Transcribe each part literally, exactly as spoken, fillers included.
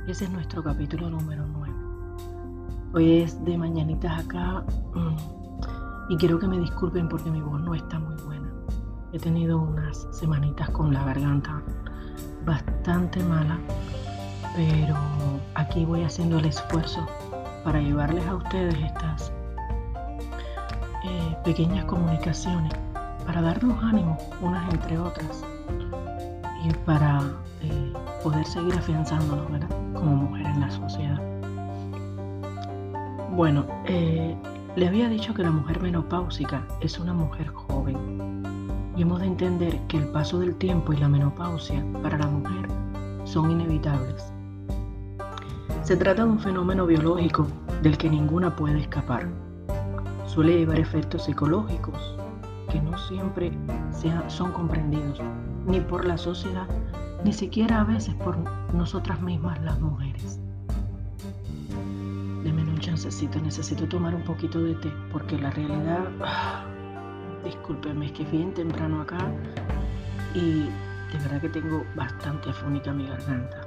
Ese es nuestro capítulo número nueve. Hoy es de mañanitas acá y quiero que me disculpen porque mi voz no está muy buena. He tenido unas semanitas con la garganta bastante mala, pero aquí voy haciendo el esfuerzo para llevarles a ustedes estas eh, pequeñas comunicaciones, para darnos ánimo unas entre otras y para eh, poder seguir afianzándonos, ¿verdad?, como mujer en la sociedad. Bueno, eh, le había dicho que la mujer menopáusica es una mujer joven y hemos de entender que el paso del tiempo y la menopausia para la mujer son inevitables. Se trata de un fenómeno biológico del que ninguna puede escapar. Suele llevar efectos psicológicos que no siempre sea, son comprendidos ni por la sociedad, ni siquiera a veces por nosotras mismas las mujeres. Deme un chancecito, necesito tomar un poquito de té, porque la realidad, ah, discúlpeme, es que es bien temprano acá y de verdad que tengo bastante afónica mi garganta.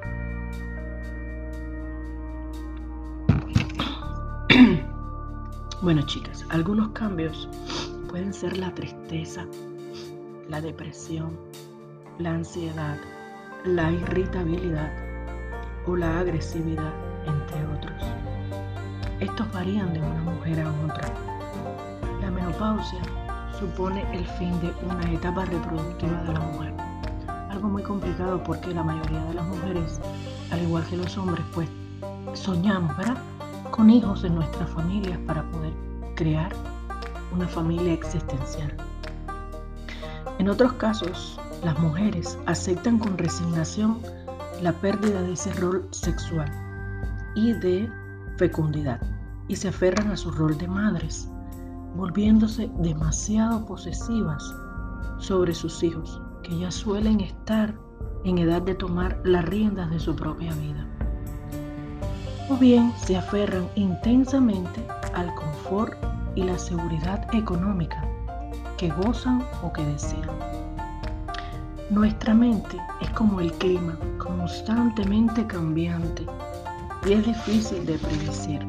Bueno, chicas, algunos cambios pueden ser la tristeza, la depresión, la ansiedad, la irritabilidad o la agresividad, entre otros. Estos varían de una mujer a otra. La menopausia supone el fin de una etapa reproductiva de la mujer. Algo muy complicado porque la mayoría de las mujeres, al igual que los hombres, pues soñamos, ¿verdad?, con hijos en nuestras familias para poder crear una familia existencial. En otros casos, las mujeres aceptan con resignación la pérdida de ese rol sexual y de fecundidad y se aferran a su rol de madres, volviéndose demasiado posesivas sobre sus hijos, que ya suelen estar en edad de tomar las riendas de su propia vida. O bien se aferran intensamente al confort y la seguridad económica que gozan o que desean. Nuestra mente es como el clima, constantemente cambiante, y es difícil de predecir.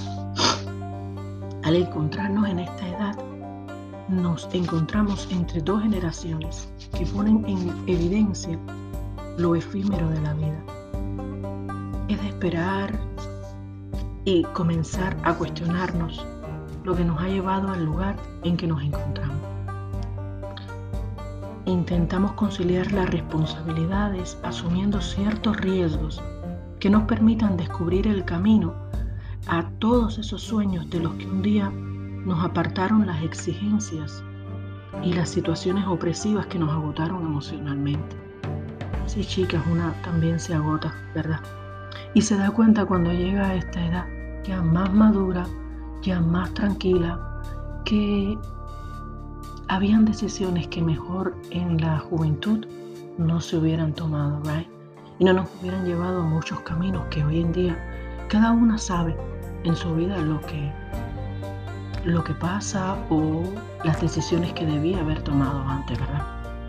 Al encontrarnos en esta edad, nos encontramos entre dos generaciones que ponen en evidencia lo efímero de la vida. Es de esperar y comenzar a cuestionarnos lo que nos ha llevado al lugar en que nos encontramos. Intentamos conciliar las responsabilidades asumiendo ciertos riesgos que nos permitan descubrir el camino a todos esos sueños de los que un día nos apartaron las exigencias y las situaciones opresivas que nos agotaron emocionalmente. Sí, chicas, una también se agota, ¿verdad? Y se da cuenta cuando llega a esta edad, ya más madura, ya más tranquila, que habían decisiones que mejor en la juventud no se hubieran tomado, ¿right? Y no nos hubieran llevado a muchos caminos que hoy en día cada una sabe en su vida lo que, lo que pasa o las decisiones que debía haber tomado antes, ¿verdad?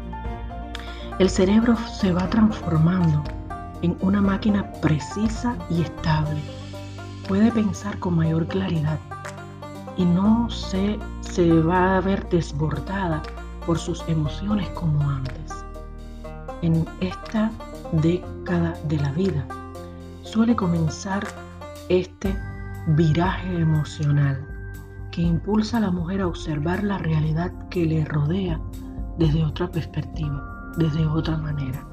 El cerebro se va transformando en una máquina precisa y estable. Puede pensar con mayor claridad y no se, se va a ver desbordada por sus emociones como antes. En esta década de la vida suele comenzar este viraje emocional que impulsa a la mujer a observar la realidad que le rodea desde otra perspectiva, desde otra manera.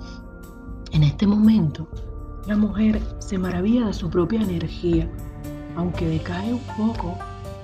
En este momento, la mujer se maravilla de su propia energía, aunque decae un poco,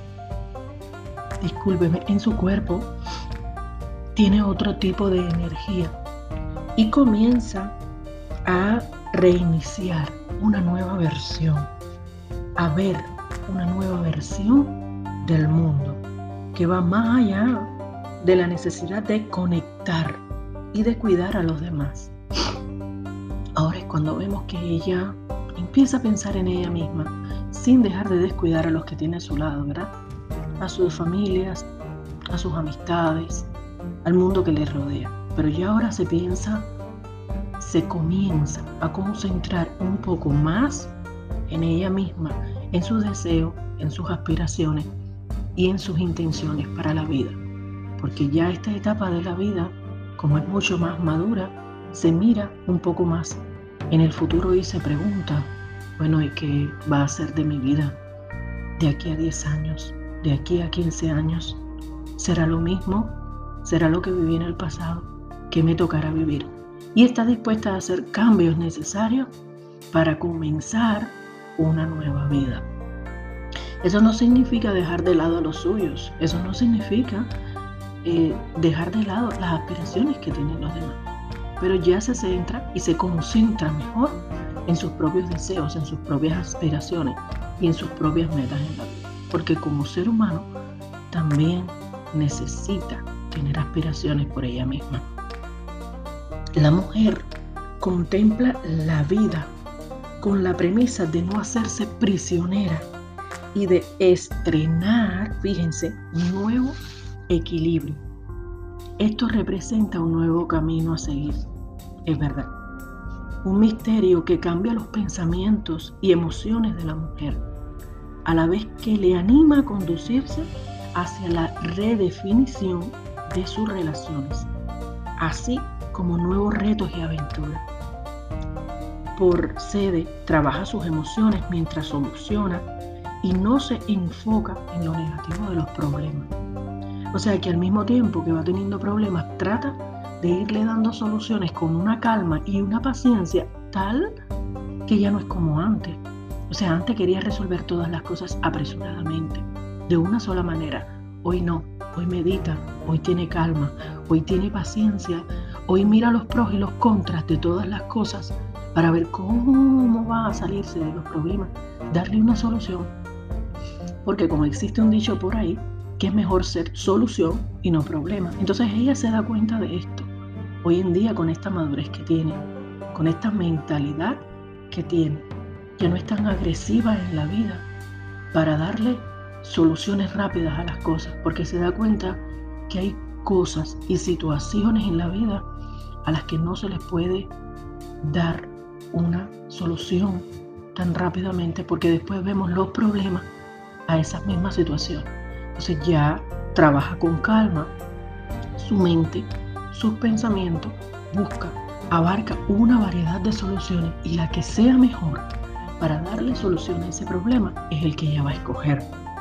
discúlpeme, en su cuerpo, tiene otro tipo de energía y comienza a reiniciar una nueva versión, a ver una nueva versión del mundo que va más allá de la necesidad de conectar y de cuidar a los demás. Ahora es cuando vemos que ella empieza a pensar en ella misma sin dejar de descuidar a los que tiene a su lado, ¿verdad? A sus familias, a sus amistades, al mundo que le rodea. Pero ya ahora se piensa se comienza a concentrar un poco más en ella misma, en sus deseos, en sus aspiraciones y en sus intenciones para la vida. Porque ya esta etapa de la vida, como es mucho más madura, se mira un poco más en el futuro y se pregunta, bueno, ¿y qué va a ser de mi vida de aquí a diez años, de aquí a quince años? ¿Será lo mismo? ¿Será lo que viví en el pasado? ¿Qué me tocará vivir? Y está dispuesta a hacer cambios necesarios para comenzar una nueva vida. Eso no significa dejar de lado a los suyos, eso no significa eh, dejar de lado las aspiraciones que tienen los demás, pero ya se centra y se concentra mejor en sus propios deseos, en sus propias aspiraciones y en sus propias metas en la vida, porque como ser humano también necesita tener aspiraciones por ella misma. La mujer contempla la vida con la premisa de no hacerse prisionera y de estrenar, fíjense, un nuevo equilibrio. Esto representa un nuevo camino a seguir, es verdad. Un misterio que cambia los pensamientos y emociones de la mujer, a la vez que le anima a conducirse hacia la redefinición de sus relaciones, así como nuevos retos y aventuras. Por sede, trabaja sus emociones mientras soluciona y no se enfoca en lo negativo de los problemas. O sea que al mismo tiempo que va teniendo problemas, trata de irle dando soluciones con una calma y una paciencia tal que ya no es como antes. O sea, antes quería resolver todas las cosas apresuradamente, de una sola manera. Hoy no, hoy medita, hoy tiene calma, hoy tiene paciencia, hoy mira los pros y los contras de todas las cosas para ver cómo va a salirse de los problemas, darle una solución. Porque como existe un dicho por ahí, que es mejor ser solución y no problema. Entonces ella se da cuenta de esto. Hoy en día, con esta madurez que tiene, con esta mentalidad que tiene, ya no es tan agresiva en la vida para darle soluciones rápidas a las cosas, porque se da cuenta que hay cosas y situaciones en la vida a las que no se les puede dar una solución tan rápidamente, porque después vemos los problemas a esas mismas situaciones. Entonces ya trabaja con calma su mente, sus pensamientos, busca, abarca una variedad de soluciones y la que sea mejor para darle solución a ese problema es el que ella va a escoger.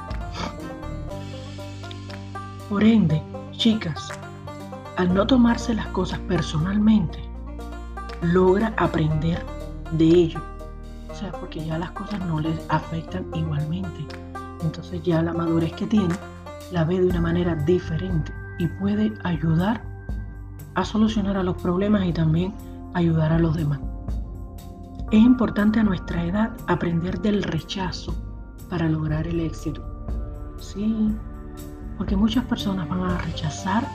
Por ende, chicas, al no tomarse las cosas personalmente, logra aprender de ello. O sea, porque ya las cosas no les afectan igualmente. Entonces ya la madurez que tiene la ve de una manera diferente y puede ayudar a solucionar a los problemas y también ayudar a los demás. Es importante a nuestra edad aprender del rechazo para lograr el éxito. Sí, porque muchas personas van a rechazar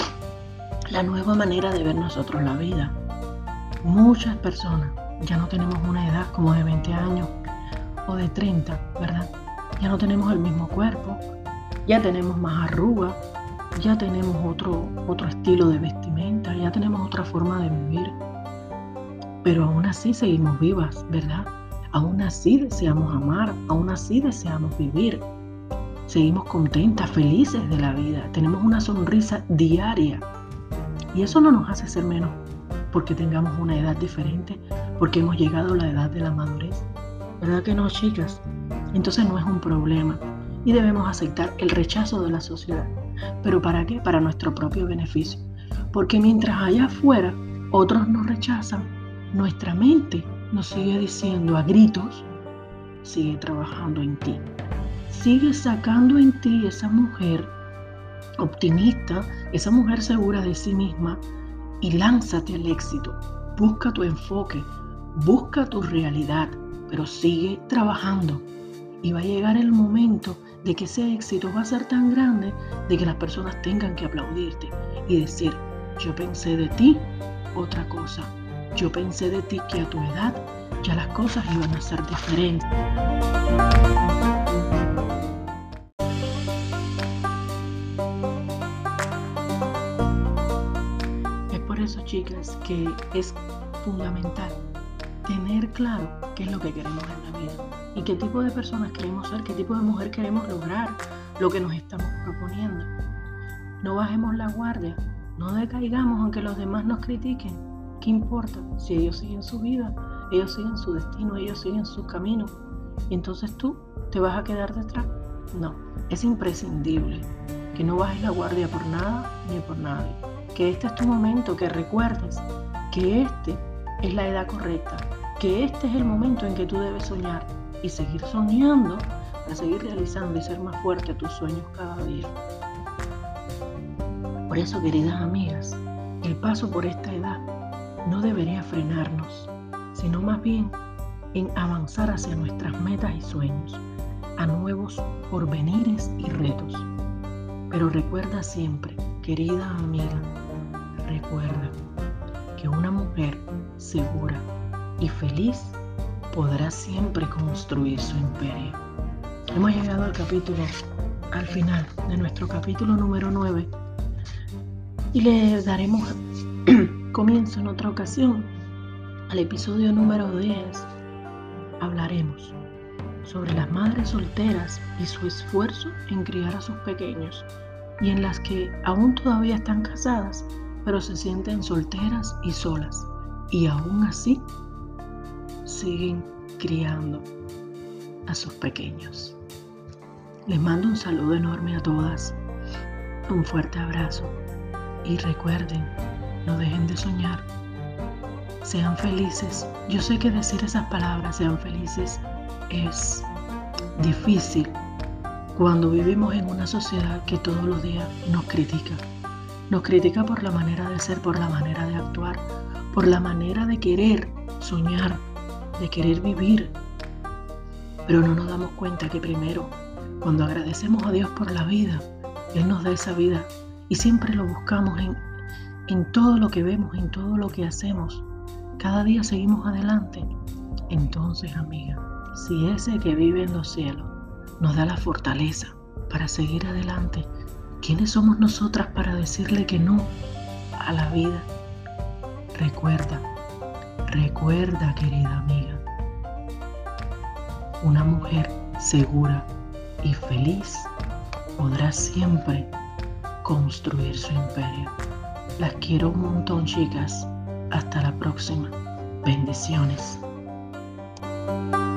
la nueva manera de ver nosotros la vida. Muchas personas, ya no tenemos una edad como de veinte años o de treinta, ¿verdad? Ya no tenemos el mismo cuerpo, ya tenemos más arrugas, ya tenemos otro, otro estilo de vestimenta, ya tenemos otra forma de vivir. Pero aún así seguimos vivas, ¿verdad? Aún así deseamos amar, aún así deseamos vivir. Seguimos contentas, felices de la vida, tenemos una sonrisa diaria. Y eso no nos hace ser menos porque tengamos una edad diferente, porque hemos llegado a la edad de la madurez. ¿Verdad que no, chicas? Entonces no es un problema y debemos aceptar el rechazo de la sociedad. ¿Pero para qué? Para nuestro propio beneficio. Porque mientras allá afuera otros nos rechazan, nuestra mente nos sigue diciendo a gritos, sigue trabajando en ti. Sigue sacando en ti esa mujer optimista, esa mujer segura de sí misma y lánzate al éxito. Busca tu enfoque, busca tu realidad, pero sigue trabajando. Y va a llegar el momento de que ese éxito va a ser tan grande de que las personas tengan que aplaudirte y decir, yo pensé de ti otra cosa. Yo pensé de ti que a tu edad ya las cosas iban a ser diferentes. Es por eso, chicos, chicas, que es fundamental tener claro qué es lo que queremos en la vida y qué tipo de personas queremos ser, qué tipo de mujer queremos lograr, lo que nos estamos proponiendo. No bajemos la guardia, no decaigamos aunque los demás nos critiquen. ¿Qué importa? Si ellos siguen su vida, ellos siguen su destino, ellos siguen su camino, y entonces tú te vas a quedar detrás. No, es imprescindible que no bajes la guardia por nada ni por nadie. Que este es tu momento, que recuerdes que este es la edad correcta, que este es el momento en que tú debes soñar y seguir soñando para seguir realizando y ser más fuerte tus sueños cada día. Por eso, queridas amigas, el paso por esta edad no debería frenarnos, sino más bien en avanzar hacia nuestras metas y sueños, a nuevos porvenires y retos. Pero recuerda siempre, querida amiga, recuerda que una mujer segura y feliz podrá siempre construir su imperio. Hemos llegado al capítulo, al final de nuestro capítulo número nueve, y le daremos comienzo en otra ocasión. Al episodio número diez hablaremos sobre las madres solteras y su esfuerzo en criar a sus pequeños, y en las que aún todavía están casadas, pero se sienten solteras y solas, y aún así siguen criando a sus pequeños. Les mando un saludo enorme a todas, un fuerte abrazo, y recuerden, no dejen de soñar, sean felices. Yo sé que decir esas palabras, sean felices, es difícil cuando vivimos en una sociedad que todos los días nos critica. Nos critica por la manera de ser, por la manera de actuar, por la manera de querer soñar, de querer vivir. Pero no nos damos cuenta que primero, cuando agradecemos a Dios por la vida, Él nos da esa vida y siempre lo buscamos en, en todo lo que vemos, en todo lo que hacemos. Cada día seguimos adelante. Entonces, amiga, si ese que vive en los cielos nos da la fortaleza para seguir adelante, ¿quiénes somos nosotras para decirle que no a la vida? Recuerda, recuerda, querida amiga, una mujer segura y feliz podrá siempre construir su imperio. Las quiero un montón, chicas. Hasta la próxima. Bendiciones.